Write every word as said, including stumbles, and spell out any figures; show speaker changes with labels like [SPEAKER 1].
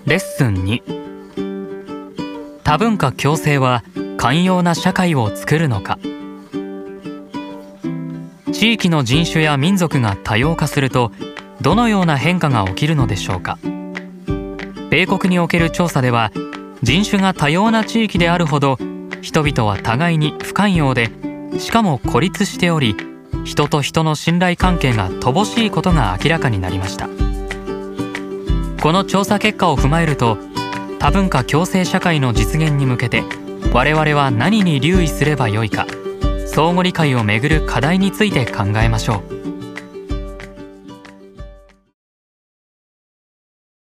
[SPEAKER 1] レッスンに。多文化共生は寛容な社会を作るのか。地域の人種や民族が多様化するとどのような変化が起きるのでしょうか。米国における調査では、人種が多様な地域であるほど人々は互いに不寛容で、しかも孤立しており、人と人の信頼関係が乏しいことが明らかになりました。この調査結果を踏まえると、多文化共生社会の実現に向けて我々は何に留意すればよいか、相互理解をめぐる課題について考えましょう。